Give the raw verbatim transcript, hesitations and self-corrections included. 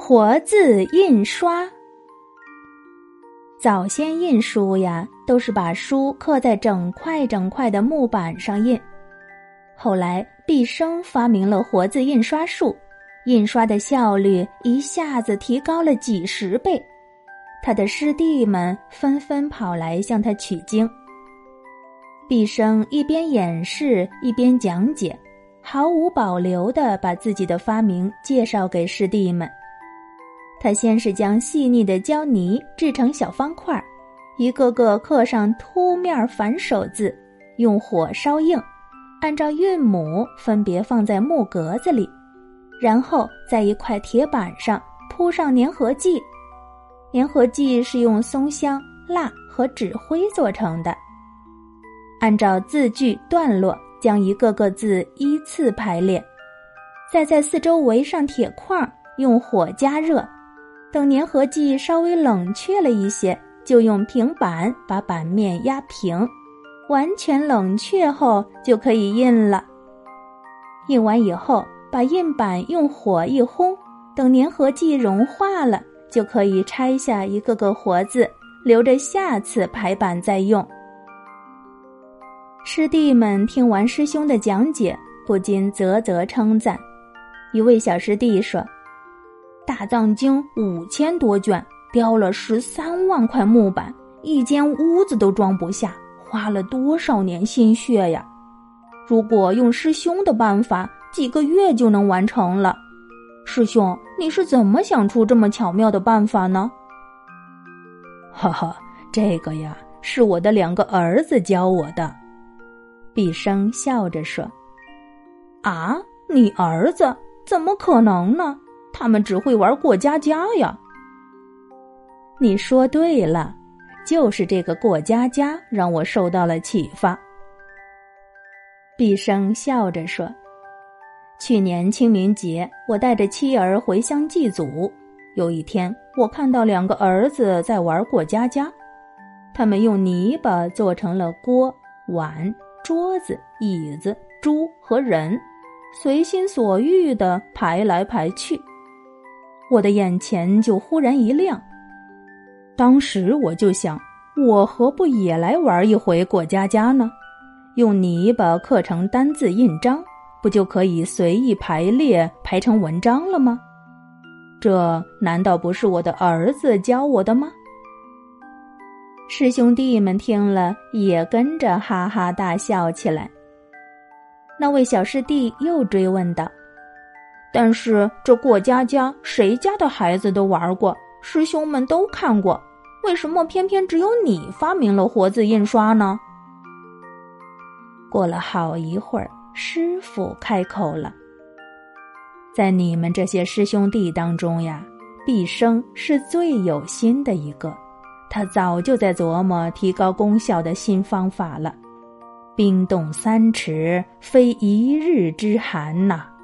活字印刷。早先印书呀，都是把书刻在整块整块的木板上印。后来毕生发明了活字印刷术，印刷的效率一下子提高了几十倍。他的师弟们纷纷跑来向他取经。毕生一边演示一边讲解，毫无保留地把自己的发明介绍给师弟们。他先是将细腻的胶泥制成小方块，一个个刻上凸面反手字，用火烧硬，按照韵母分别放在木格子里，然后在一块铁板上铺上粘合剂。粘合剂是用松香、蜡和纸灰做成的。按照字句段落将一个个字依次排列，再在四周围上铁框，用火加热。等粘合剂稍微冷却了一些，就用平板把板面压平，完全冷却后就可以印了。印完以后，把印板用火一烘，等粘合剂融化了，就可以拆下一个个活字，留着下次排版再用。师弟们听完师兄的讲解，不禁啧啧称赞。一位小师弟说，大藏经五千多卷，雕了十三万块木板，一间屋子都装不下，花了多少年心血呀！如果用师兄的办法，几个月就能完成了。师兄，你是怎么想出这么巧妙的办法呢？ 哈哈，这个呀，是我的两个儿子教我的。 毕生笑着说。 啊，你儿子？怎么可能呢？他们只会玩过家家呀。 你说对了，就是这个过家家让我受到了启发。毕生笑着说，去年清明节，我带着妻儿回乡祭祖。有一天，我看到两个儿子在玩过家家，他们用泥巴做成了锅、碗、桌子、椅子、猪和人，随心所欲地排来排去。我的眼前就忽然一亮，当时我就想，我何不也来玩一回过家家呢？用泥巴刻成单字印章，不就可以随意排列排成文章了吗？这难道不是我的儿子教我的吗？师兄弟们听了也跟着哈哈大笑起来。那位小师弟又追问道，但是这过家家谁家的孩子都玩过，师兄们都看过，为什么偏偏只有你发明了活字印刷呢？过了好一会儿，师父开口了，在你们这些师兄弟当中呀，毕生是最有心的一个，他早就在琢磨提高功效的新方法了。冰冻三尺，非一日之寒呐。